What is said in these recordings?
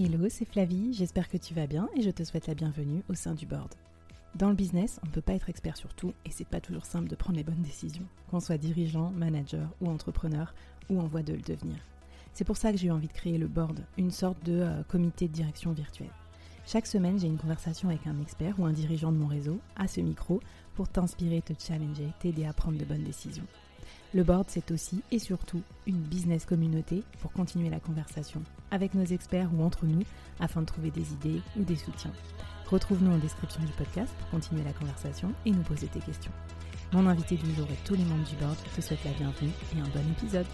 Hello, c'est Flavie, j'espère que tu vas bien et je te souhaite la bienvenue au sein du board. Dans le business, on ne peut pas être expert sur tout et c'est pas toujours simple de prendre les bonnes décisions, qu'on soit dirigeant, manager ou entrepreneur ou en voie de le devenir. C'est pour ça que j'ai eu envie de créer le board, une sorte de comité de direction virtuel. Chaque semaine, j'ai une conversation avec un expert ou un dirigeant de mon réseau, à ce micro, pour t'inspirer, te challenger, t'aider à prendre de bonnes décisions. Le board, c'est aussi et surtout une business communauté pour continuer la conversation avec nos experts ou entre nous afin de trouver des idées ou des soutiens. Retrouve-nous en description du podcast pour continuer la conversation et nous poser tes questions. Mon invité du jour et tous les membres du board te souhaitent la bienvenue et un bon épisode.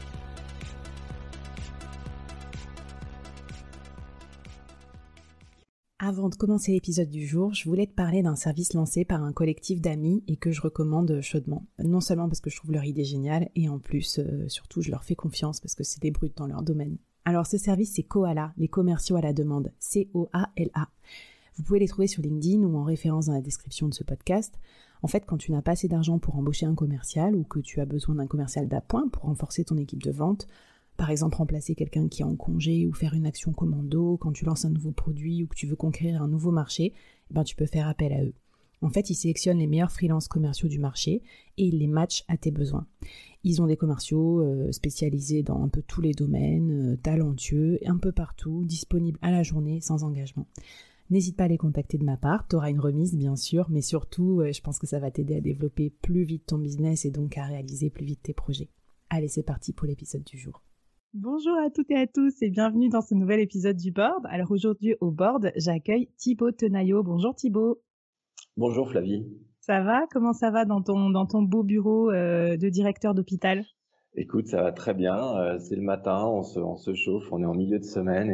Avant de commencer l'épisode du jour, je voulais te parler d'un service lancé par un collectif d'amis et que je recommande chaudement. Non seulement parce que je trouve leur idée géniale, et en plus, surtout, je leur fais confiance parce que c'est des brutes dans leur domaine. Alors ce service, c'est Koala, les commerciaux à la demande, C-O-A-L-A. Vous pouvez les trouver sur LinkedIn ou en référence dans la description de ce podcast. En fait, quand tu n'as pas assez d'argent pour embaucher un commercial ou que tu as besoin d'un commercial d'appoint pour renforcer ton équipe de vente, par exemple, remplacer quelqu'un qui est en congé ou faire une action commando quand tu lances un nouveau produit ou que tu veux conquérir un nouveau marché, tu peux faire appel à eux. En fait, ils sélectionnent les meilleurs freelances commerciaux du marché et ils les matchent à tes besoins. Ils ont des commerciaux spécialisés dans un peu tous les domaines, talentueux, un peu partout, disponibles à la journée, sans engagement. N'hésite pas à les contacter de ma part, tu auras une remise bien sûr, mais surtout, je pense que ça va t'aider à développer plus vite ton business et donc à réaliser plus vite tes projets. Allez, c'est parti pour l'épisode du jour. Bonjour à toutes et à tous et bienvenue dans ce nouvel épisode du board. Alors aujourd'hui au board, j'accueille Thibaut Tenaillot. Bonjour Thibaut. Bonjour Flavie. Ça va? Comment ça va dans ton beau bureau de directeur d'hôpital? Écoute, ça va très bien. C'est le matin, on se chauffe, on est en milieu de semaine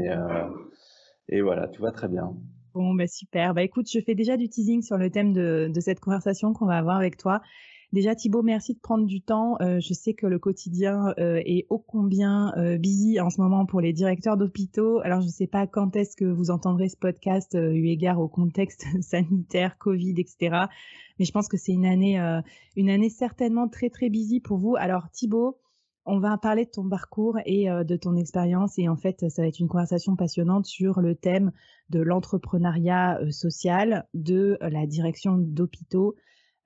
et voilà, tout va très bien. Bon, super. Écoute, je fais déjà du teasing sur le thème de cette conversation qu'on va avoir avec toi. Déjà, Thibaut, merci de prendre du temps. Je sais que le quotidien est ô combien busy en ce moment pour les directeurs d'hôpitaux. Alors, je ne sais pas quand est-ce que vous entendrez ce podcast eu égard au contexte sanitaire, Covid, etc. Mais je pense que c'est une année certainement très, très busy pour vous. Alors, Thibaut, on va parler de ton parcours et de ton expérience. Et en fait, ça va être une conversation passionnante sur le thème de l'entrepreneuriat social, de la direction d'hôpitaux.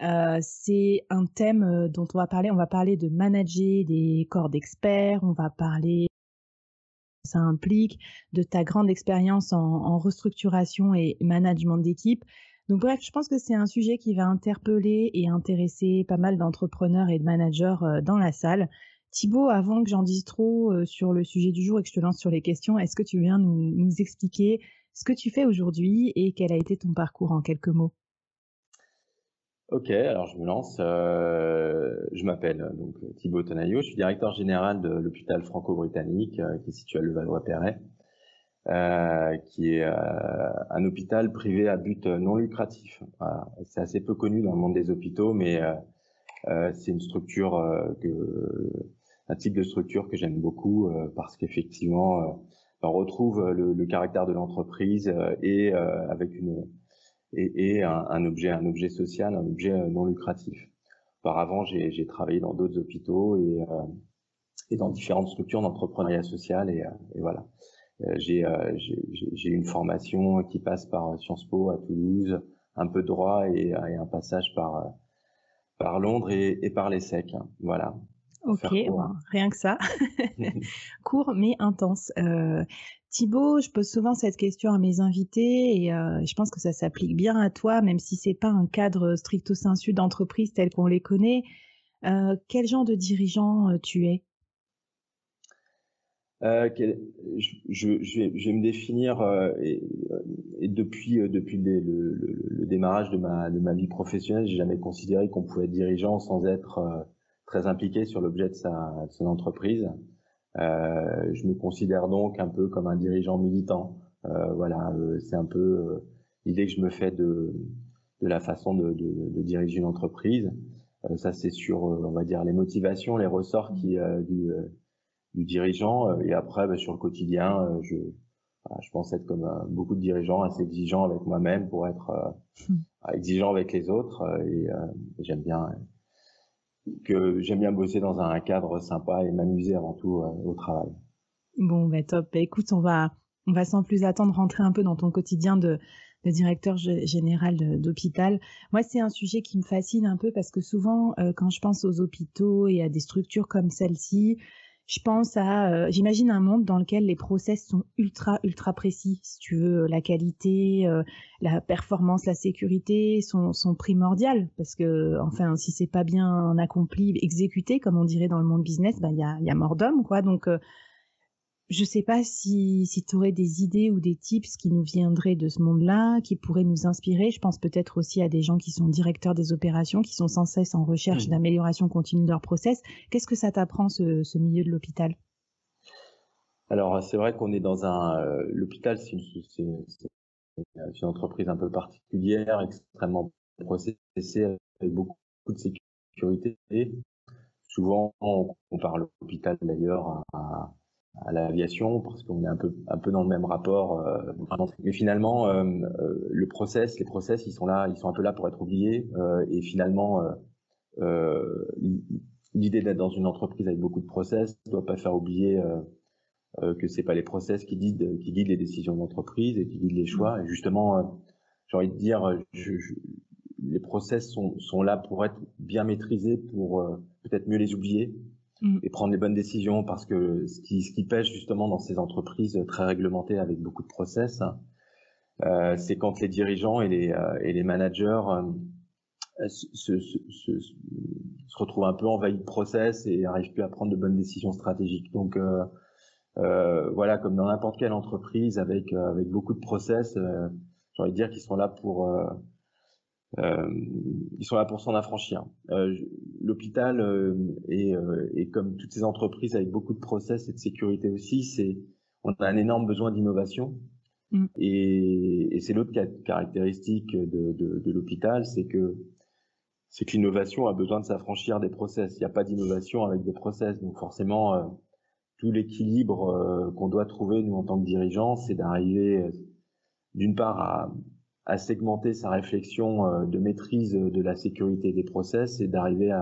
C'est un thème dont on va parler. On va parler de manager des corps d'experts. On va parler ça implique, de ta grande expérience en restructuration et management d'équipe. Donc bref, je pense que c'est un sujet qui va interpeller et intéresser pas mal d'entrepreneurs et de managers dans la salle. Thibaut, avant que j'en dise trop sur le sujet du jour et que je te lance sur les questions, est-ce que tu viens nous expliquer ce que tu fais aujourd'hui et quel a été ton parcours en quelques mots? Ok, alors je me lance. Je m'appelle donc Thibaut Tenaillot, je suis directeur général de l'hôpital franco-britannique qui est situé à Levallois-Perret, qui est un hôpital privé à but non lucratif. Voilà. C'est assez peu connu dans le monde des hôpitaux, mais c'est une structure un type de structure que j'aime beaucoup parce qu'effectivement on retrouve le caractère de l'entreprise et avec un objet social, un objet non lucratif. Auparavant, j'ai travaillé dans d'autres hôpitaux et dans différentes structures d'entrepreneuriat social et voilà. J'ai une formation qui passe par Sciences Po à Toulouse, un peu de droit et un passage par Londres et par l'ESSEC. Voilà. Ok, rien que ça. Court mais intense. Thibaut, je pose souvent cette question à mes invités et je pense que ça s'applique bien à toi, même si c'est pas un cadre stricto sensu d'entreprise tel qu'on les connaît. Quel genre de dirigeant tu es? Je vais me définir et depuis le démarrage de ma vie professionnelle, j'ai jamais considéré qu'on pouvait être dirigeant sans être très impliqué sur l'objet de son entreprise. Je me considère donc un peu comme un dirigeant militant. Voilà, c'est un peu l'idée que je me fais de la façon de diriger une entreprise. Ça, c'est sur, on va dire, les motivations, les ressorts du dirigeant. Et après, sur le quotidien, je pense être comme beaucoup de dirigeants, assez exigeant avec moi-même pour être exigeant avec les autres. Et j'aime bien bosser dans un cadre sympa et m'amuser avant tout au travail. Bon, top. Écoute, on va On va sans plus attendre rentrer un peu dans ton quotidien de directeur général d'hôpital. Moi, c'est un sujet qui me fascine un peu parce que souvent, quand je pense aux hôpitaux et à des structures comme celle-ci, je pense j'imagine un monde dans lequel les process sont ultra précis. Si tu veux, la qualité, la performance, la sécurité sont primordiales parce que, enfin, si c'est pas bien accompli, exécuté, comme on dirait dans le monde business, ben, il y a mort d'homme, quoi. Donc, je sais pas si tu aurais des idées ou des tips qui nous viendraient de ce monde-là, qui pourraient nous inspirer. Je pense peut-être aussi à des gens qui sont directeurs des opérations, qui sont sans cesse en recherche d'amélioration continue de leur process. Qu'est-ce que ça t'apprend, ce milieu de l'hôpital? Alors, c'est vrai qu'on est dans l'hôpital, c'est une entreprise un peu particulière, extrêmement processée, avec beaucoup de sécurité. Souvent, on compare l'hôpital d'ailleurs à l'aviation parce qu'on est un peu dans le même rapport. Mais finalement, les process, ils sont là, ils sont un peu là pour être oubliés. Et finalement, l'idée d'être dans une entreprise avec beaucoup de process ne doit pas faire oublier que c'est pas les process qui guident les décisions d'entreprise et qui guident les choix. Et justement, j'ai envie de dire, les process sont là pour être bien maîtrisés, pour peut-être mieux les oublier et prendre les bonnes décisions, parce que ce qui pêche justement dans ces entreprises très réglementées avec beaucoup de process, c'est quand les dirigeants et les managers se retrouvent un peu envahis de process et n'arrivent plus à prendre de bonnes décisions stratégiques. Donc voilà, comme dans n'importe quelle entreprise avec beaucoup de process, j'ai envie de dire qu'ils sont là pour s'en affranchir. L'hôpital et comme toutes ces entreprises avec beaucoup de process et de sécurité aussi, on a un énorme besoin d'innovation. Et c'est l'autre caractéristique de l'hôpital, c'est que l'innovation a besoin de s'affranchir des process. Il n'y a pas d'innovation avec des process. Donc forcément, tout l'équilibre qu'on doit trouver, nous, en tant que dirigeants, c'est d'arriver, d'une part, à segmenter sa réflexion de maîtrise de la sécurité des process et d'arriver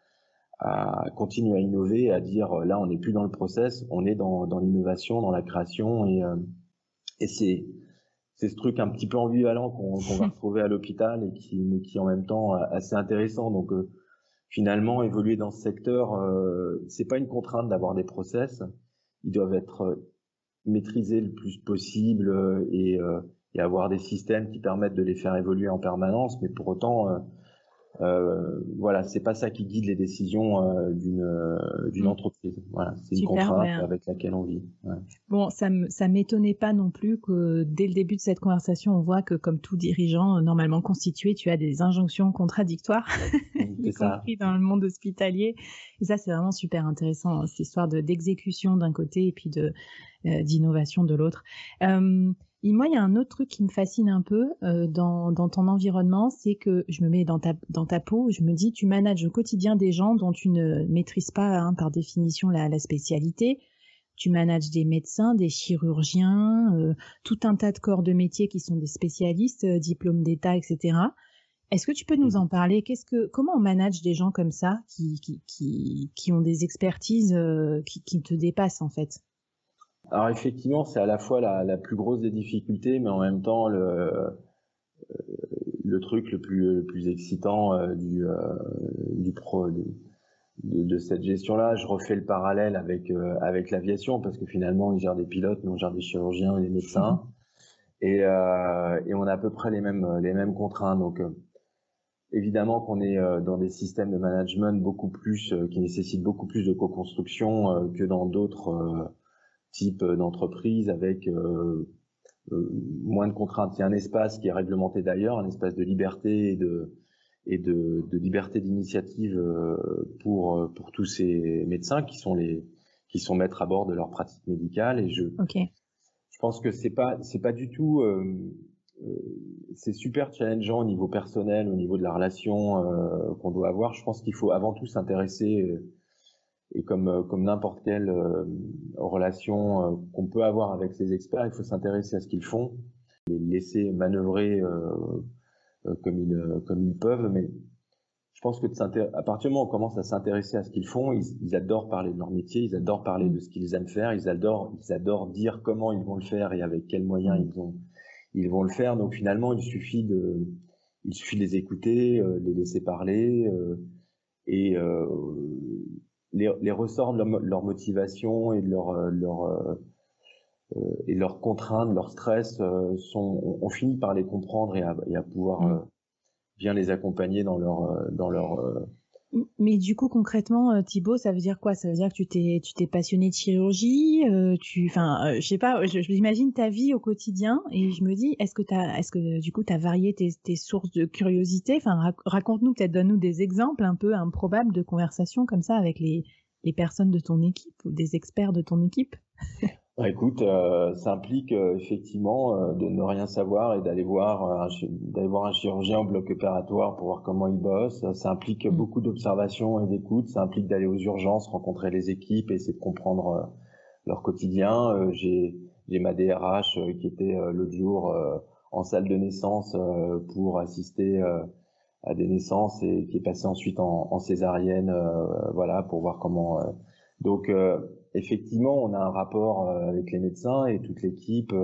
à continuer à innover, à dire là, on n'est plus dans le process, on est dans l'innovation, dans la création. Et c'est ce truc un petit peu ambivalent qu'on va retrouver à l'hôpital mais qui en même temps assez intéressant. Donc, finalement, évoluer dans ce secteur, c'est pas une contrainte d'avoir des process. Ils doivent être maîtrisés le plus possible et avoir des systèmes qui permettent de les faire évoluer en permanence. Mais pour autant, voilà, c'est pas ça qui guide les décisions d'une entreprise. Voilà, c'est une contrainte avec laquelle on vit. Ouais. Bon, ça m'étonnait pas non plus que dès le début de cette conversation, on voit que comme tout dirigeant normalement constitué, tu as des injonctions contradictoires, y compris dans le monde hospitalier. Et ça, c'est vraiment super intéressant, cette histoire d'exécution d'un côté et puis d'innovation de l'autre. Et moi, il y a un autre truc qui me fascine un peu dans ton environnement, c'est que je me mets dans ta peau, je me dis, tu manages au quotidien des gens dont tu ne maîtrises pas par définition la spécialité. Tu manages des médecins, des chirurgiens, tout un tas de corps de métier qui sont des spécialistes, diplômes d'État, etc. Est-ce que tu peux nous en parler? Comment on manage des gens comme ça qui ont des expertises qui te dépassent en fait? Alors effectivement, c'est à la fois la plus grosse des difficultés, mais en même temps le truc le plus excitant de cette gestion-là. Je refais le parallèle avec l'aviation, parce que finalement, ils gèrent des pilotes, mais on gère des chirurgiens et des médecins, et on a à peu près les mêmes contraintes. Donc évidemment qu'on est dans des systèmes de management qui nécessitent beaucoup plus de co-construction que dans d'autres type d'entreprise avec moins de contraintes. Il y a un espace qui est réglementé d'ailleurs, un espace de liberté et de liberté d'initiative pour tous ces médecins qui sont maîtres à bord de leur pratique médicale. Et je pense que c'est pas du tout c'est super challengeant au niveau personnel, au niveau de la relation qu'on doit avoir. Je pense qu'il faut avant tout s'intéresser et comme n'importe quelle relation qu'on peut avoir avec ces experts, il faut s'intéresser à ce qu'ils font, les laisser manœuvrer comme ils peuvent, mais je pense que à partir du moment où on commence à s'intéresser à ce qu'ils font, ils adorent parler de leur métier, ils adorent parler de ce qu'ils aiment faire, ils adorent dire comment ils vont le faire et avec quels moyens ils vont le faire. Donc finalement, il suffit de les écouter, les laisser parler et les ressorts de leur motivation et de leurs contraintes, leur stress on finit par les comprendre et à pouvoir bien les accompagner dans leur Mais du coup, concrètement, Thibaut, ça veut dire quoi? Ça veut dire que tu t'es passionné de chirurgie, je sais pas, j'imagine ta vie au quotidien et je me dis, est-ce que du coup, t'as varié tes sources de curiosité? Enfin, raconte-nous, peut-être donne-nous des exemples un peu improbables de conversations comme ça avec les personnes de ton équipe ou des experts de ton équipe. Écoute, ça implique effectivement de ne rien savoir et d'aller voir un chirurgien au bloc opératoire pour voir comment il bosse. Ça implique beaucoup d'observation et d'écoute. Ça implique d'aller aux urgences, rencontrer les équipes et essayer de comprendre leur quotidien. J'ai ma DRH qui était l'autre jour en salle de naissance pour assister à des naissances et qui est passée ensuite en césarienne, voilà, pour voir comment. Donc effectivement, on a un rapport avec les médecins et toute l'équipe.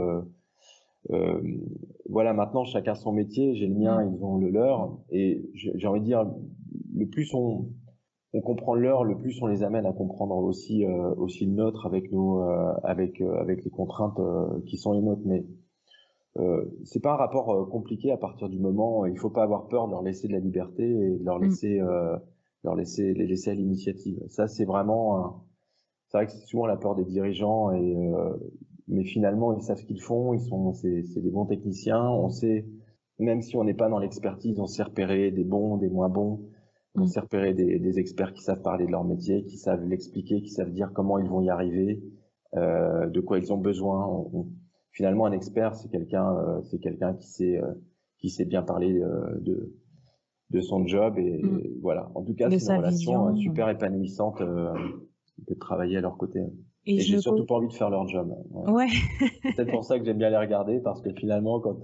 Voilà, maintenant chacun son métier. J'ai le mien, ils ont le leur. Et j'ai envie de dire, le plus on comprend le leur, le plus on les amène à comprendre aussi le nôtre avec avec les contraintes qui sont les nôtres. Mais c'est pas un rapport compliqué à partir du moment. Il faut pas avoir peur de leur laisser de la liberté et de les laisser à l'initiative. Ça, c'est vraiment c'est vrai que c'est souvent la peur des dirigeants mais finalement ils savent ce qu'ils font, c'est des bons techniciens, on sait, même si on n'est pas dans l'expertise, on sait repérer des bons, des moins bons, on sait repérer des experts qui savent parler de leur métier, qui savent l'expliquer, qui savent dire comment ils vont y arriver, de quoi ils ont besoin. Finalement, un expert, c'est quelqu'un qui sait bien parler de son job et voilà. En tout cas, c'est une relation super épanouissante de travailler à leur côté. Et j'ai surtout pas envie de faire leur job. Ouais. C'est peut-être pour ça que j'aime bien les regarder, parce que finalement, quand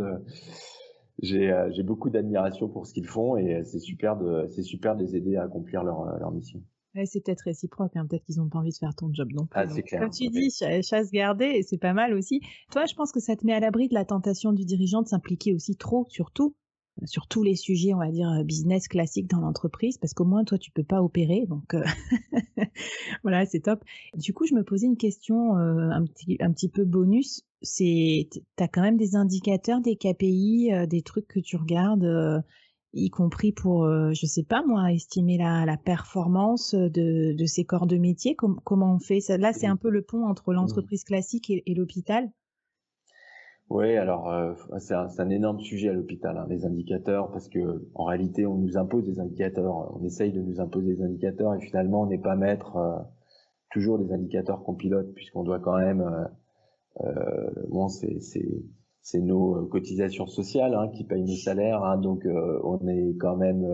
j'ai beaucoup d'admiration pour ce qu'ils font et c'est super de les aider à accomplir leur mission. Ouais, c'est peut-être réciproque, hein. Peut-être qu'ils n'ont pas envie de faire ton job non plus. Ah, c'est clair. Comme tu dis, chasse gardée, et c'est pas mal aussi. Toi, je pense que ça te met à l'abri de la tentation du dirigeant de s'impliquer aussi trop, surtout sur tous les sujets, on va dire, business classiques dans l'entreprise, parce qu'au moins, toi, tu peux pas opérer, donc voilà, c'est top. Du coup, je me posais une question un petit peu bonus. T'as quand même des indicateurs, des KPI, des trucs que tu regardes, y compris pour, je sais pas moi, estimer la performance de ces corps de métier. Comment on fait ça? Là, c'est un peu le pont entre l'entreprise classique et l'hôpital. Oui, alors c'est un énorme sujet à l'hôpital, hein, les indicateurs, parce que en réalité, on nous impose des indicateurs, on essaye de nous imposer des indicateurs, et finalement, on n'est pas maître toujours des indicateurs qu'on pilote, puisqu'on doit quand même, bon, c'est nos cotisations sociales qui payent nos salaires, donc on est quand même,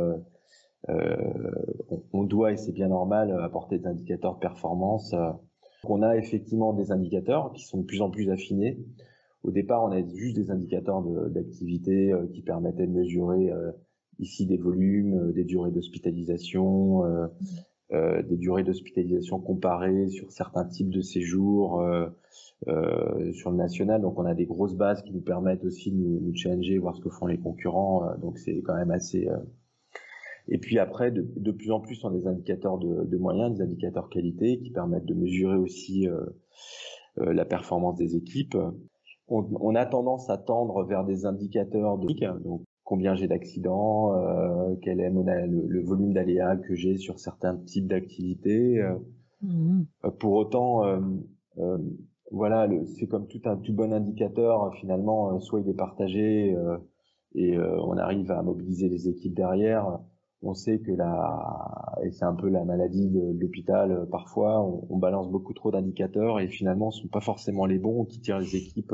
on doit, et c'est bien normal, apporter des indicateurs de performance. On a effectivement des indicateurs qui sont de plus en plus affinés. Au départ, on avait juste des indicateurs d'activité qui permettaient de mesurer ici des volumes, des durées d'hospitalisation, des durées d'hospitalisation comparées sur certains types de séjours sur le national. Donc, on a des grosses bases qui nous permettent aussi de nous challenger, voir ce que font les concurrents. Donc, c'est quand même assez... Et puis après, de plus en plus, on a des indicateurs de moyens, des indicateurs qualité qui permettent de mesurer aussi la performance des équipes. On a tendance à tendre vers des indicateurs donc combien j'ai d'accidents, quel est le volume d'aléas que j'ai sur certains types d'activités. Pour autant, voilà, c'est comme tout bon indicateur, finalement, soit il est partagé et on arrive à mobiliser les équipes derrière. On sait que et c'est un peu la maladie de l'hôpital, parfois, on balance beaucoup trop d'indicateurs et finalement, ce sont pas forcément les bons qui tirent les équipes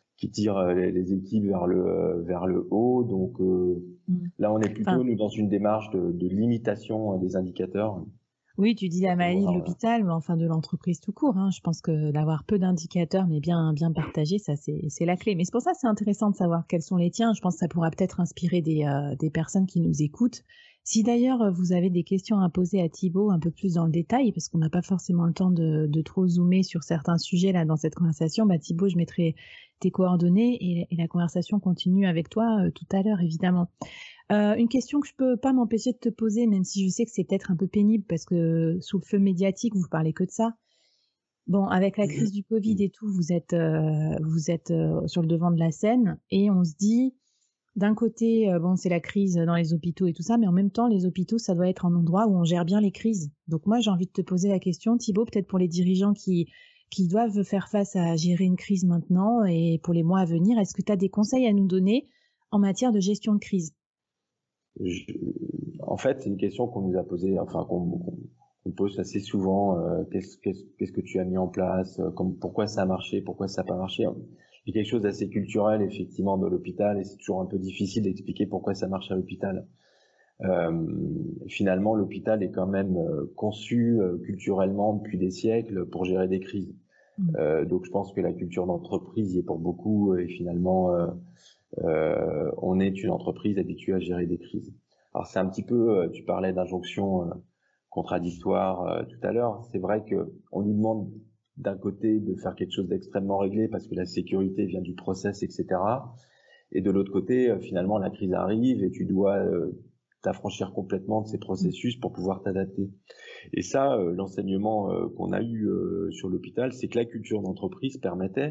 vers le haut. Donc là, on est plutôt, nous, dans une démarche de limitation des indicateurs. Oui, tu dis la maladie de l'hôpital, mais enfin de l'entreprise tout court. Je pense que d'avoir peu d'indicateurs, mais bien partagés, ça c'est la clé. Mais c'est pour ça que c'est intéressant de savoir quels sont les tiens. Je pense que ça pourra peut-être inspirer des personnes qui nous écoutent Si d'ailleurs vous avez des questions à poser à Thibaut un peu plus dans le détail, parce qu'on n'a pas forcément le temps de trop zoomer sur certains sujets là dans cette conversation, Thibaut, je mettrai tes coordonnées et la conversation continue avec toi tout à l'heure, évidemment. Une question que je peux pas m'empêcher de te poser, même si je sais que c'est peut-être un peu pénible parce que sous le feu médiatique, vous parlez que de ça. Bon, avec la crise du Covid et tout, vous êtes sur le devant de la scène et on se dit, d'un côté, bon, c'est la crise dans les hôpitaux et tout ça, mais en même temps, les hôpitaux, ça doit être un endroit où on gère bien les crises. Donc moi, j'ai envie de te poser la question, Thibaut, peut-être pour les dirigeants qui doivent faire face à gérer une crise maintenant et pour les mois à venir, est-ce que tu as des conseils à nous donner en matière de gestion de crise? En fait, c'est une question qu'on nous a posée, enfin qu'on pose assez souvent. Qu'est-ce que tu as mis en place, pourquoi ça a marché, pourquoi ça n'a pas marché. Il y a quelque chose d'assez culturel effectivement de l'hôpital et c'est toujours un peu difficile d'expliquer pourquoi ça marche à l'hôpital. Finalement, l'hôpital est quand même conçu culturellement depuis des siècles pour gérer des crises. Donc je pense que la culture d'entreprise y est pour beaucoup et finalement on est une entreprise habituée à gérer des crises. Alors c'est un petit peu, tu parlais d'injonction contradictoire tout à l'heure. C'est vrai que on nous demande d'un côté de faire quelque chose d'extrêmement réglé parce que la sécurité vient du process, etc. Et de l'autre côté, finalement, la crise arrive et tu dois t'affranchir complètement de ces processus pour pouvoir t'adapter. Et ça, l'enseignement qu'on a eu sur l'hôpital, c'est que la culture d'entreprise permettait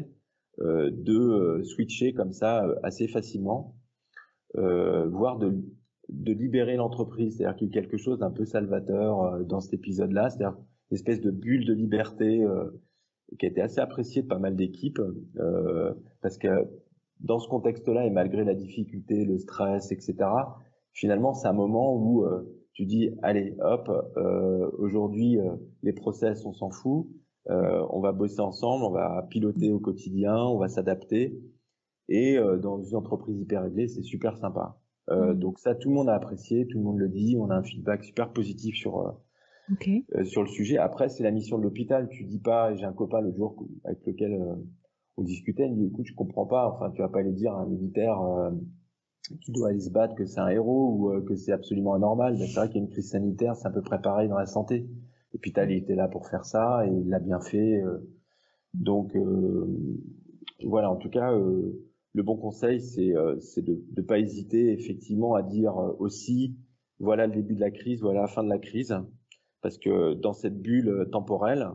de switcher comme ça assez facilement, voire de libérer l'entreprise, c'est-à-dire qu'il y a quelque chose d'un peu salvateur dans cet épisode-là, c'est-à-dire une espèce de bulle de liberté qui a été assez appréciée de pas mal d'équipes, parce que dans ce contexte-là, et malgré la difficulté, le stress, etc., finalement, c'est un moment où tu dis, allez, hop, aujourd'hui, les process, on s'en fout, on va bosser ensemble, on va piloter au quotidien, on va s'adapter, et dans une entreprise hyper réglée, c'est super sympa. Donc ça, tout le monde a apprécié, tout le monde le dit, on a un feedback super positif sur le sujet. Après, c'est la mission de l'hôpital. Tu dis pas, j'ai un copain l'autre jour avec lequel on discutait, il me dit, écoute, je comprends pas, enfin, tu vas pas aller dire à un militaire qui doit aller se battre que c'est un héros ou que c'est absolument anormal. Ben, c'est vrai qu'il y a une crise sanitaire, c'est un peu près pareil dans la santé. L'hôpital, il était là pour faire ça et il l'a bien fait. Donc, voilà, en tout cas, le bon conseil, c'est de pas hésiter effectivement à dire aussi, voilà le début de la crise, voilà la fin de la crise, parce que dans cette bulle temporelle,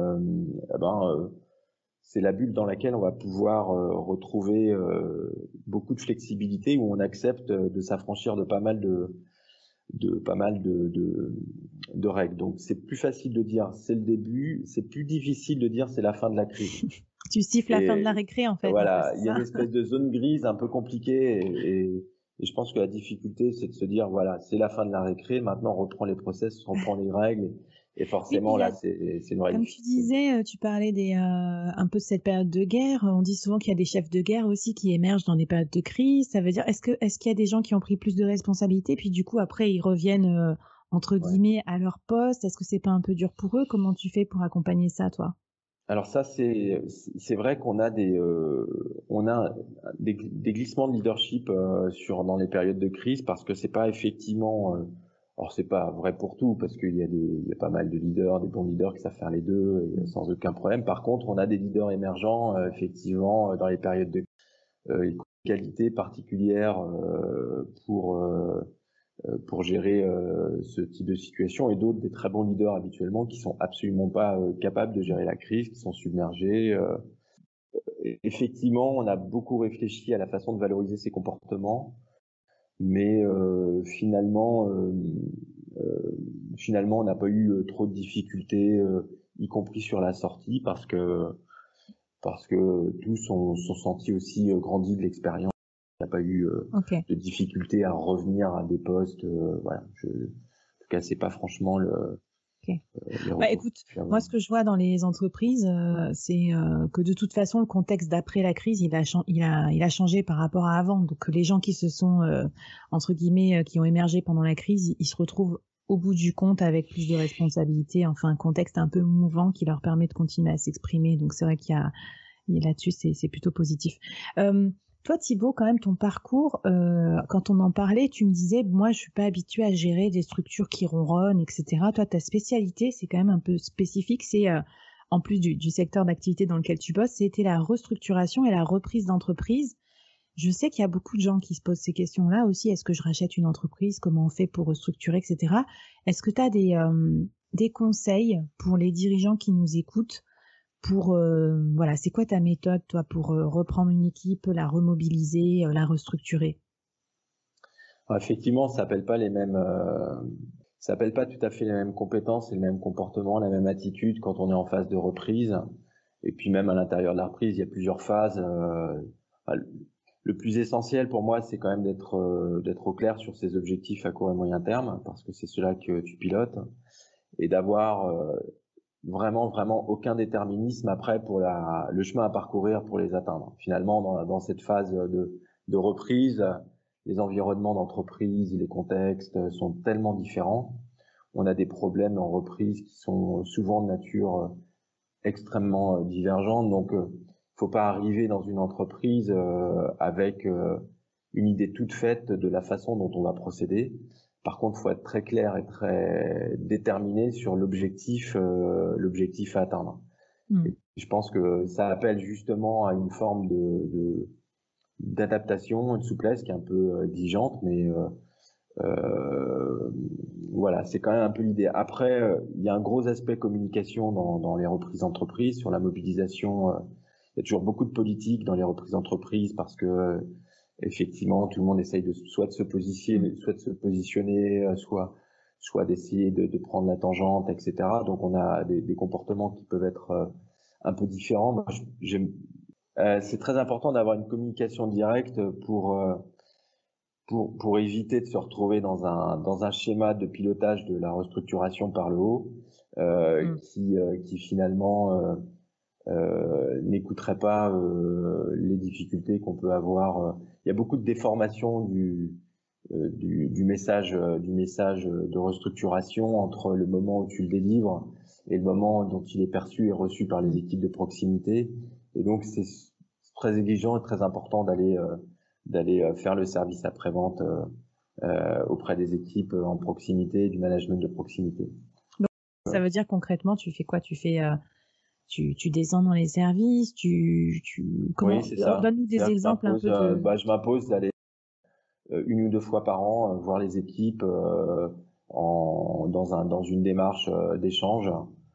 c'est la bulle dans laquelle on va pouvoir retrouver beaucoup de flexibilité, où on accepte de s'affranchir de pas mal de règles. Donc c'est plus facile de dire c'est le début, c'est plus difficile de dire c'est la fin de la crise. Tu siffles la fin de la récré en fait. Voilà, il y a une espèce de zone grise un peu compliquée et je pense que la difficulté c'est de se dire voilà, c'est la fin de la récré, maintenant on reprend les process, on reprend les règles et forcément là c'est une vraie difficulté. Comme tu disais, tu parlais un peu de cette période de guerre, on dit souvent qu'il y a des chefs de guerre aussi qui émergent dans des périodes de crise, ça veut dire est-ce qu'il y a des gens qui ont pris plus de responsabilités puis du coup après ils reviennent entre guillemets à leur poste, est-ce que c'est pas un peu dur pour eux? Comment tu fais pour accompagner ça toi? Alors ça c'est vrai qu'on a des glissements de leadership dans les périodes de crise parce que c'est pas effectivement alors c'est pas vrai pour tout parce qu'il y a pas mal de leaders, des bons leaders qui savent faire les deux et sans aucun problème. Par contre, on a des leaders émergents effectivement dans les périodes de qualité particulière pour gérer ce type de situation et d'autres des très bons leaders habituellement qui sont absolument pas capables de gérer la crise, qui sont submergés. Effectivement, on a beaucoup réfléchi à la façon de valoriser ces comportements, mais finalement, on n'a pas eu trop de difficultés, y compris sur la sortie, parce que tous ont senti aussi grandi de l'expérience. Il n'y a pas eu de difficulté à revenir à des postes. Voilà. En tout cas, c'est pas franchement le. Écoute, moi, ce que je vois dans les entreprises, c'est que de toute façon, le contexte d'après la crise, il a changé par rapport à avant. Donc, les gens qui se sont entre guillemets, qui ont émergé pendant la crise, ils se retrouvent au bout du compte avec plus de responsabilités. Enfin, un contexte un peu mouvant qui leur permet de continuer à s'exprimer. Donc, c'est vrai qu'il y a là-dessus, c'est plutôt positif. Toi, Thibaut, quand même, ton parcours, quand on en parlait, tu me disais, moi, je suis pas habituée à gérer des structures qui ronronnent, etc. Toi, ta spécialité, c'est quand même un peu spécifique. C'est, en plus du secteur d'activité dans lequel tu bosses, c'était la restructuration et la reprise d'entreprise. Je sais qu'il y a beaucoup de gens qui se posent ces questions-là aussi. Est-ce que je rachète une entreprise? Comment on fait pour restructurer, etc. Est-ce que tu as des conseils pour les dirigeants qui nous écoutent pour, voilà, c'est quoi ta méthode, toi, pour reprendre une équipe, la remobiliser, la restructurer? Effectivement, ça appelle pas tout à fait les mêmes compétences et le même comportement, la même attitude quand on est en phase de reprise. Et puis même à l'intérieur de la reprise, il y a plusieurs phases. Le plus essentiel pour moi, c'est quand même d'être au clair sur ses objectifs à court et moyen terme, parce que c'est cela que tu pilotes, et d'avoir vraiment aucun déterminisme après pour le chemin à parcourir pour les atteindre. Finalement, dans cette phase de reprise, les environnements d'entreprise, les contextes sont tellement différents. On a des problèmes en reprise qui sont souvent de nature extrêmement divergente. Donc, faut pas arriver dans une entreprise avec une idée toute faite de la façon dont on va procéder. Par contre, faut être très clair et très déterminé sur l'objectif à atteindre. Et je pense que ça appelle justement à une forme d'adaptation, une souplesse qui est un peu exigeante, mais voilà, c'est quand même un peu l'idée. Après, il y a un gros aspect communication dans les reprises d'entreprise, sur la mobilisation. Il y a toujours beaucoup de politique dans les reprises d'entreprise parce que effectivement, tout le monde essaye soit de se positionner, soit d'essayer de prendre la tangente, etc. Donc, on a des comportements qui peuvent être un peu différents. Moi, c'est très important d'avoir une communication directe pour éviter de se retrouver dans un schéma de pilotage de la restructuration par le haut, qui finalement n'écouterait pas les difficultés qu'on peut avoir. Il y a beaucoup de déformation du message de restructuration entre le moment où tu le délivres et le moment dont il est perçu et reçu par les équipes de proximité. Et donc c'est très exigeant et très important d'aller faire le service après-vente auprès des équipes en proximité, du management de proximité. Donc, ça veut dire concrètement, tu fais quoi? Tu fais, tu descends dans les services, comment? Oui, c'est ça. Donne-nous des exemples un peu de. Je m'impose d'aller une ou deux fois par an voir les équipes dans une démarche d'échange,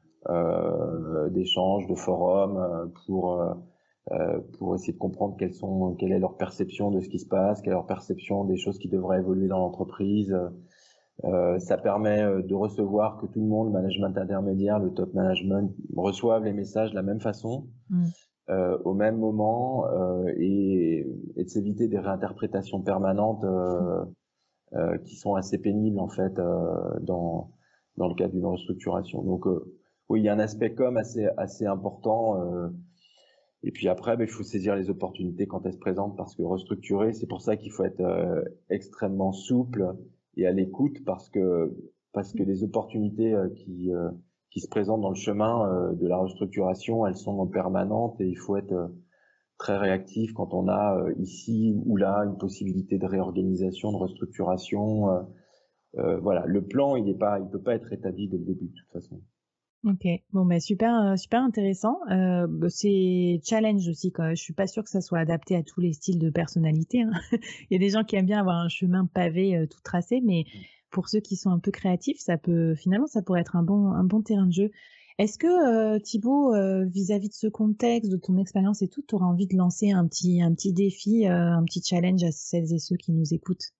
de forum pour essayer de comprendre quelle est leur perception de ce qui se passe, quelle est leur perception des choses qui devraient évoluer dans l'entreprise. Ça permet de recevoir que tout le monde, le management intermédiaire, le top management, reçoivent les messages de la même façon, au même moment, et de s'éviter des réinterprétations permanentes qui sont assez pénibles en fait dans le cadre d'une restructuration. Donc oui, il y a un aspect com assez important. Et puis après, il faut saisir les opportunités quand elles se présentent, parce que restructurer, c'est pour ça qu'il faut être extrêmement souple et à l'écoute, parce que les opportunités qui se présentent dans le chemin de la restructuration, elles sont permanentes, et il faut être très réactif quand on a ici ou là une possibilité de réorganisation, de restructuration. Voilà, le plan, il peut pas être établi dès le début de toute façon. Ok, bon super intéressant. C'est challenge aussi quand même. Je suis pas sûre que ça soit adapté à tous les styles de personnalité, hein. Il y a des gens qui aiment bien avoir un chemin pavé tout tracé, mais pour ceux qui sont un peu créatifs, ça pourrait être un bon terrain de jeu. Est-ce que Thibaut, vis-à-vis de ce contexte, de ton expérience et tout, tu auras envie de lancer un petit défi, un petit challenge à celles et ceux qui nous écoutent?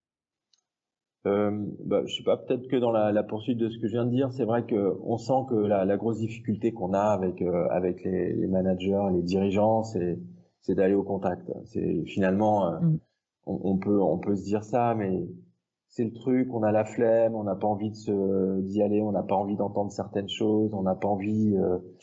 Je sais pas, peut-être que dans la poursuite de ce que je viens de dire, c'est vrai que on sent que la grosse difficulté qu'on a avec les managers, les dirigeants, c'est d'aller au contact. C'est finalement on peut se dire ça, mais c'est le truc, on a la flemme, on n'a pas envie d'y aller, on n'a pas envie d'entendre certaines choses, on n'a pas envie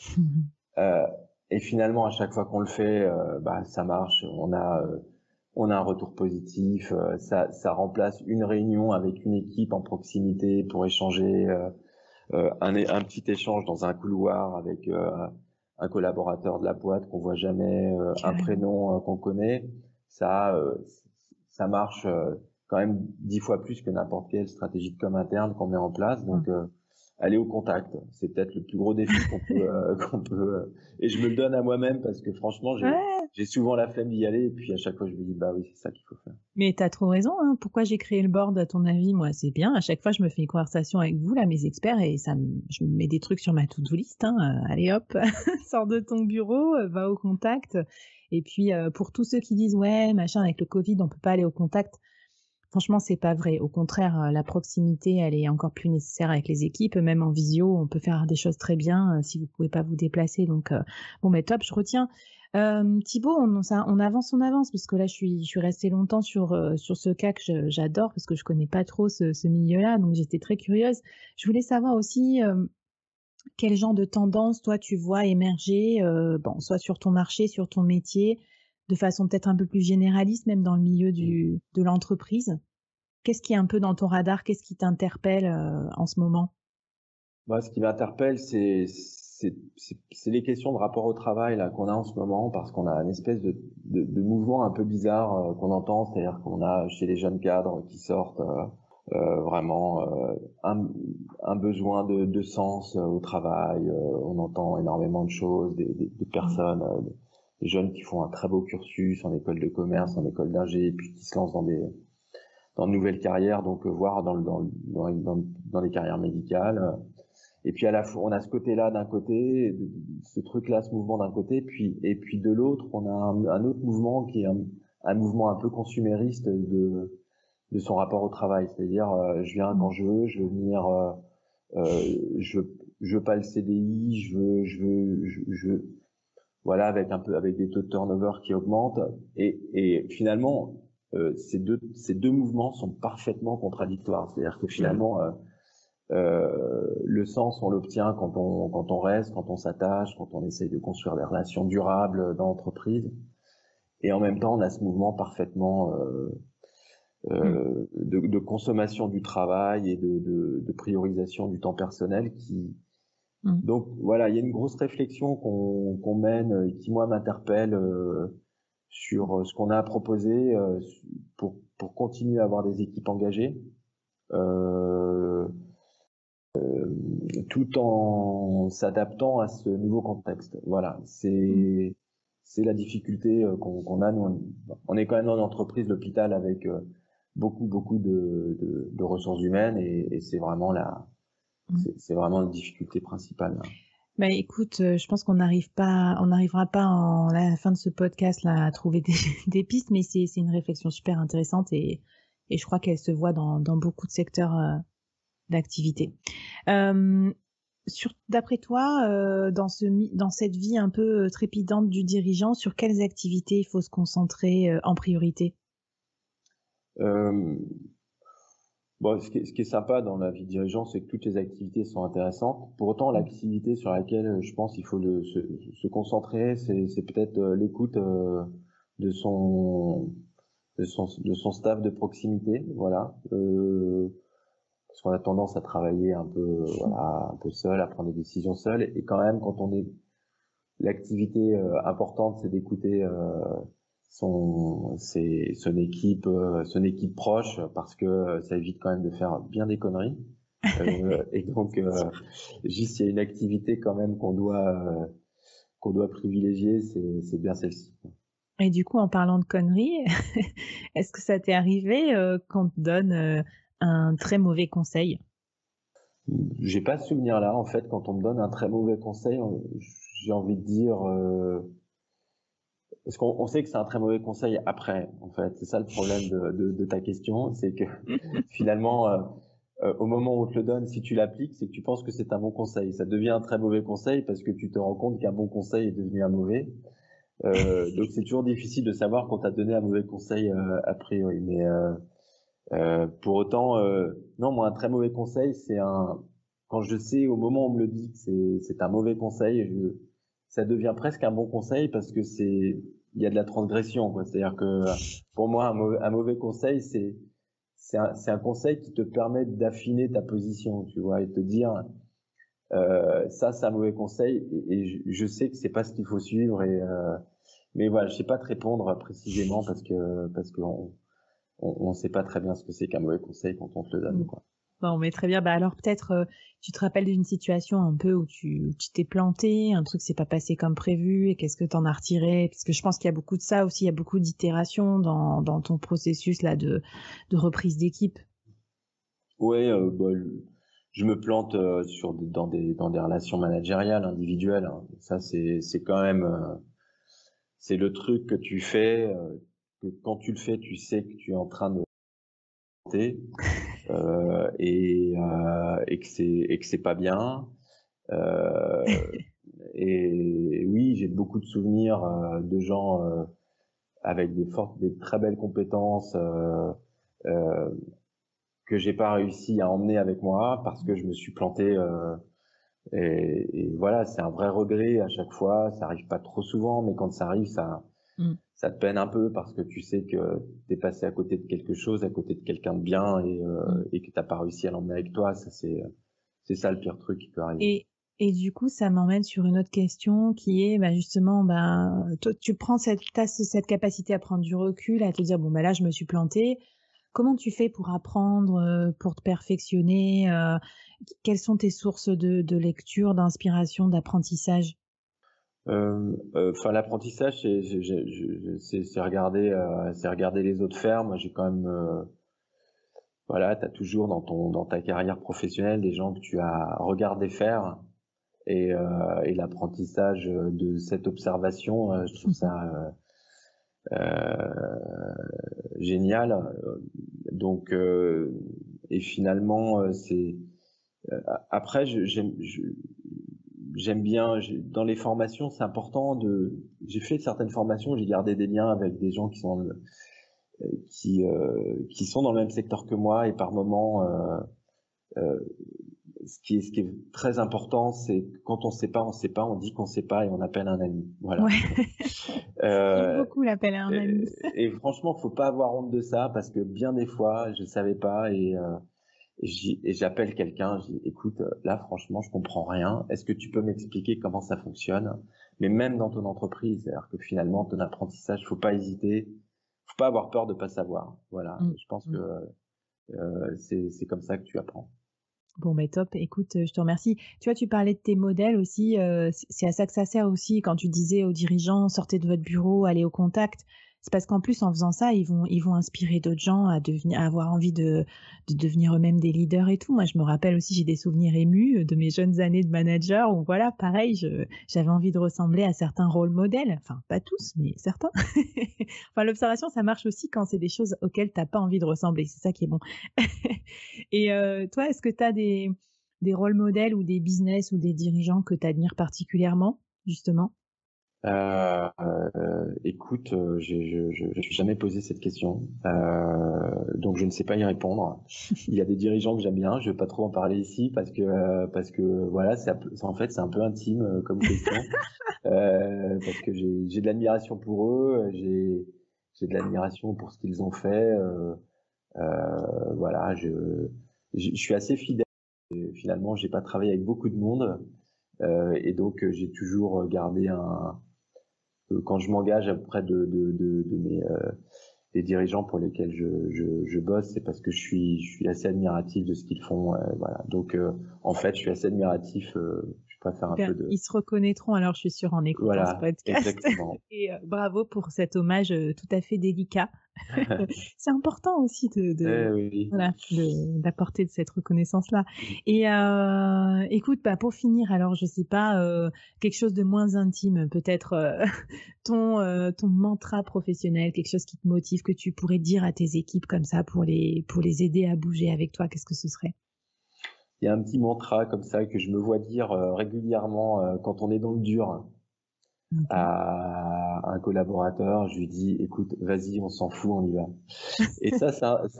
et finalement à chaque fois qu'on le fait, ça marche, on a un retour positif, ça remplace une réunion avec une équipe en proximité pour échanger, un petit échange dans un couloir avec un collaborateur de la boîte qu'on voit jamais, un prénom qu'on connaît. ça marche quand même 10 fois plus que n'importe quelle stratégie de com interne qu'on met en place. Donc, aller au contact, c'est peut-être le plus gros défi qu'on peut. Et je me le donne à moi-même parce que franchement, Ouais. j'ai souvent la flemme d'y aller. Et puis à chaque fois, je me dis, bah oui, c'est ça qu'il faut faire. Mais t'as trop raison, hein. Pourquoi j'ai créé le board, à ton avis? Moi, c'est bien. À chaque fois, je me fais une conversation avec vous, là, mes experts, et je me mets des trucs sur ma to-do list, hein. Allez hop, sors de ton bureau, va au contact. Et puis, pour tous ceux qui disent, ouais, machin, avec le Covid, on peut pas aller au contact. Franchement, c'est pas vrai. Au contraire, la proximité, elle est encore plus nécessaire avec les équipes. Même en visio, on peut faire des choses très bien si vous pouvez pas vous déplacer. Donc, bon, mais top, je retiens. Thibaut, on avance, parce que là, je suis restée longtemps sur ce cas que j'adore, parce que je connais pas trop ce milieu-là, donc j'étais très curieuse. Je voulais savoir aussi quel genre de tendance, toi, tu vois émerger, bon, soit sur ton marché, sur ton métier, de façon peut-être un peu plus généraliste, même dans le milieu de l'entreprise. Qu'est-ce qui est un peu dans ton radar? Qu'est-ce qui t'interpelle en ce moment? Moi, ce qui m'interpelle, c'est les questions de rapport au travail là qu'on a en ce moment, parce qu'on a une espèce de mouvement un peu bizarre qu'on entend, c'est-à-dire qu'on a chez les jeunes cadres qui sortent vraiment un besoin de sens au travail. On entend énormément de choses, des personnes, des jeunes qui font un très beau cursus en école de commerce, en école d'ingé, et puis qui se lancent dans de nouvelles carrières, donc voire dans les carrières médicales. Et puis à la fois, on a ce côté-là d'un côté, ce truc-là, ce mouvement d'un côté, et puis de l'autre, on a un autre mouvement qui est un mouvement un peu consumériste de son rapport au travail. C'est-à-dire, je viens quand je veux venir, je veux pas le CDI, voilà, avec des taux de turnover qui augmentent. Et finalement, ces deux mouvements sont parfaitement contradictoires. C'est-à-dire que finalement, le sens, on l'obtient quand on reste, quand on s'attache, quand on essaye de construire des relations durables dans l'entreprise. Et en même temps, on a ce mouvement parfaitement de consommation du travail et de priorisation du temps personnel donc voilà, il y a une grosse réflexion qu'on mène et qui moi m'interpelle sur ce qu'on a à proposer pour continuer à avoir des équipes engagées. Tout en s'adaptant à ce nouveau contexte. Voilà, c'est la difficulté qu'on a. Nous, on est quand même dans une entreprise, l'hôpital, avec beaucoup de ressources humaines, et c'est vraiment c'est vraiment la difficulté principale. Là. Bah écoute, je pense qu'on n'arrivera pas à la fin de ce podcast là à trouver des pistes, mais c'est une réflexion super intéressante, et je crois qu'elle se voit dans beaucoup de secteurs d'activité. D'après toi, dans cette vie un peu trépidante du dirigeant, sur quelles activités il faut se concentrer en priorité? Bon, ce qui est sympa dans la vie de dirigeant, c'est que toutes les activités sont intéressantes. Pour autant, l'activité sur laquelle je pense qu'il faut se concentrer, c'est peut-être l'écoute de son staff de proximité, voilà. Parce qu'on a tendance à travailler un peu, voilà, un peu seul, à prendre des décisions seul, et quand même, quand on est l'activité importante, c'est d'écouter son équipe proche, parce que ça évite quand même de faire bien des conneries. Et donc, juste il y a une activité quand même qu'on doit privilégier, c'est bien celle-ci. Et du coup, en parlant de conneries, est-ce que ça t'est arrivé qu'on te donne un très mauvais conseil? J'ai pas ce souvenir-là, en fait, quand on me donne un très mauvais conseil, j'ai envie de dire, parce qu'on sait que c'est un très mauvais conseil après, en fait. C'est ça le problème de ta question, c'est que finalement, au moment où on te le donne, si tu l'appliques, c'est que tu penses que c'est un bon conseil. Ça devient un très mauvais conseil parce que tu te rends compte qu'un bon conseil est devenu un mauvais. Donc c'est toujours difficile de savoir quand t'as donné un mauvais conseil a priori. Mais pour autant, non, moi un très mauvais conseil, quand je sais au moment où on me le dit que c'est un mauvais conseil, ça devient presque un bon conseil, parce que il y a de la transgression, quoi. C'est-à-dire que pour moi un mauvais conseil, c'est un conseil qui te permet d'affiner ta position, tu vois, et de te dire ça c'est un mauvais conseil, et je sais que c'est pas ce qu'il faut suivre, Mais voilà, je sais pas te répondre précisément parce que on sait pas très bien ce que c'est qu'un mauvais conseil quand on te le donne, quoi. Bon, mais très bien. Bah alors peut-être tu te rappelles d'une situation un peu où tu t'es planté, un truc s'est pas passé comme prévu et qu'est-ce que t'en as retiré? Parce que je pense qu'il y a beaucoup de ça aussi, il y a beaucoup d'itérations dans ton processus là de reprise d'équipe. Ouais, bah, je me plante dans des relations managériales individuelles, hein. Ça c'est quand même c'est le truc que tu fais que quand tu le fais, tu sais que tu es en train de planter, et que c'est pas bien. Euh, et oui, j'ai beaucoup de souvenirs de gens avec des très belles compétences euh, que j'ai pas réussi à emmener avec moi parce que je me suis planté. Et voilà, c'est un vrai regret à chaque fois. Ça arrive pas trop souvent, mais quand ça arrive, Mm. ça te peine un peu parce que tu sais que t'es passé à côté de quelque chose, à côté de quelqu'un de bien, et que t'as pas réussi à l'emmener avec toi. Ça, c'est ça le pire truc qui peut arriver. Et du coup, ça m'emmène sur une autre question qui est bah, justement, bah, toi, tu prends cette capacité à prendre du recul, à te dire, bon, bah là, je me suis plantée. Comment tu fais pour apprendre, pour te perfectionner quelles sont tes sources de lecture, d'inspiration, d'apprentissage? Enfin, l'apprentissage, c'est regarder les autres faire. Moi, j'ai quand même, voilà, t'as toujours dans ta carrière professionnelle des gens que tu as regardé faire, et l'apprentissage de cette observation, je trouve ça génial. Donc, et finalement, après, j'aime bien, dans les formations, c'est important j'ai fait certaines formations, j'ai gardé des liens avec des gens qui sont dans le même secteur que moi, et par moment, euh, ce qui est très important, c'est que quand on sait pas, on sait pas, on dit qu'on sait pas et on appelle un ami. Voilà. Ouais, j'aime Euh, beaucoup l'appel à un ami. et franchement, faut pas avoir honte de ça parce que bien des fois, je savais pas, et j'appelle quelqu'un, je dis écoute, là franchement, je comprends rien. Est-ce que tu peux m'expliquer comment ça fonctionne? Mais même dans ton entreprise, c'est-à-dire que finalement, ton apprentissage, faut pas hésiter, faut pas avoir peur de pas savoir. Voilà. Mm, Je pense que mm. c'est comme ça que tu apprends. Bon, ben top. Écoute, je te remercie. Tu vois, tu parlais de tes modèles aussi. C'est à ça que ça sert aussi quand tu disais aux dirigeants, sortez de votre bureau, allez au contact. C'est parce qu'en plus, en faisant ça, ils vont inspirer d'autres gens à avoir envie de devenir eux-mêmes des leaders et tout. Moi, je me rappelle aussi, j'ai des souvenirs émus de mes jeunes années de manager où voilà, pareil, j'avais envie de ressembler à certains rôles modèles. Enfin, pas tous, mais certains. Enfin, l'observation, ça marche aussi quand c'est des choses auxquelles t'as pas envie de ressembler. C'est ça qui est bon. Et toi, est-ce que tu as des rôles modèles ou des business ou des dirigeants que tu admires particulièrement, justement? Écoute, je me suis jamais posé cette question, donc je ne sais pas y répondre. Il y a des dirigeants que j'aime bien, je vais pas trop en parler ici parce que voilà, en fait c'est un peu intime comme question, parce que j'ai de l'admiration pour eux, j'ai de l'admiration pour ce qu'ils ont fait. Voilà, je suis assez fidèle. Et finalement, j'ai pas travaillé avec beaucoup de monde, et donc j'ai toujours gardé quand je m'engage auprès de mes des dirigeants pour lesquels je bosse, c'est parce que je suis assez admiratif de ce qu'ils font. Voilà. Donc, en fait, je suis assez admiratif. Je préfère un Super. peu de. Ils se reconnaîtront alors, je suis sûre, en écoutant ce Voilà, podcast. exactement. Et bravo pour cet hommage tout à fait délicat. C'est important aussi Oui. voilà, d'apporter de cette reconnaissance-là. Et écoute, bah, pour finir, alors, je sais pas, quelque chose de moins intime, peut-être ton mantra professionnel, quelque chose qui te motive, que tu pourrais dire à tes équipes comme ça pour les aider à bouger avec toi, qu'est-ce que ce serait? Il y a un petit mantra comme ça que je me vois dire régulièrement quand on est dans le dur Ok. à un collaborateur. Je lui dis, écoute, vas-y, on s'en fout, on y va. Et ça,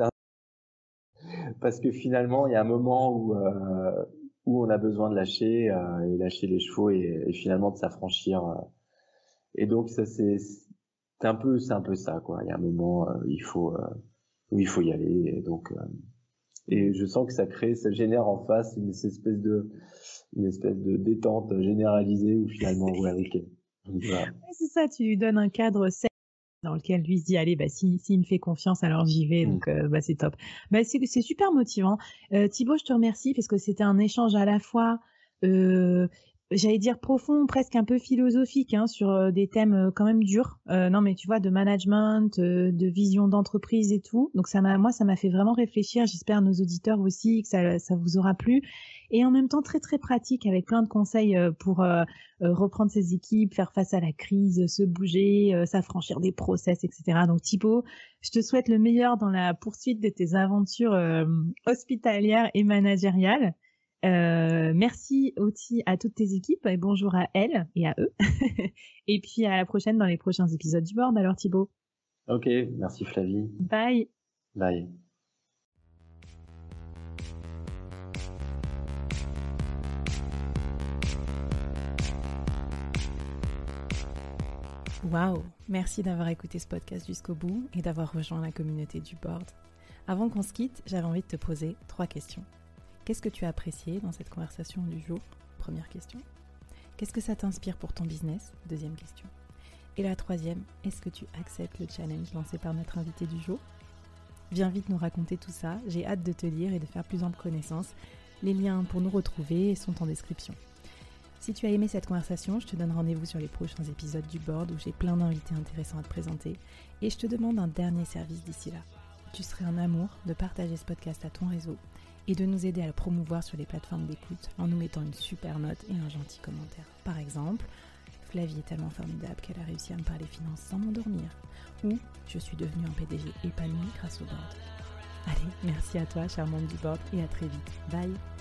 parce que finalement, il y a un moment où on a besoin de lâcher, et lâcher les chevaux, et finalement de s'affranchir. Et donc ça c'est un peu ça, quoi. Il y a un moment où il faut y aller. Et donc et je sens que ça génère en face une espèce de détente généralisée où finalement ouais, ok, Voilà. Ouais, c'est ça, tu lui donnes un cadre safe dans lequel lui se dit allez s'il me fait confiance alors j'y vais donc c'est top. C'est super motivant. Thibaut, je te remercie parce que c'était un échange à la fois j'allais dire profond, presque un peu philosophique sur des thèmes quand même durs. Non mais tu vois de management, de vision d'entreprise et tout. Donc ça m'a fait vraiment réfléchir, j'espère nos auditeurs aussi que ça vous aura plu et en même temps très très pratique avec plein de conseils pour reprendre ses équipes, faire face à la crise, se bouger, s'affranchir des process, etc. Donc Thibaut, je te souhaite le meilleur dans la poursuite de tes aventures hospitalières et managériales. Merci aussi à toutes tes équipes et bonjour à elles et à eux. Et puis à la prochaine dans les prochains épisodes du board. Alors Thibaut. Ok, merci Flavie. Bye. Bye. Waouh, merci d'avoir écouté ce podcast jusqu'au bout et d'avoir rejoint la communauté du board. Avant qu'on se quitte, j'avais envie de te poser 3 questions. Qu'est-ce que tu as apprécié dans cette conversation du jour ? Première question. Qu'est-ce que ça t'inspire pour ton business ? Deuxième question. Et la troisième, est-ce que tu acceptes le challenge lancé par notre invité du jour ? Viens vite nous raconter tout ça, j'ai hâte de te lire et de faire plus ample connaissance. Les liens pour nous retrouver sont en description. Si tu as aimé cette conversation, je te donne rendez-vous sur les prochains épisodes du board où j'ai plein d'invités intéressants à te présenter et je te demande un dernier service d'ici là. Tu serais un amour de partager ce podcast à ton réseau et de nous aider à le promouvoir sur les plateformes d'écoute en nous mettant une super note et un gentil commentaire. Par exemple, Flavie est tellement formidable qu'elle a réussi à me parler finances sans m'endormir. Ou je suis devenue un PDG épanoui grâce au board. Allez, merci à toi, cher membre du board, et à très vite. Bye!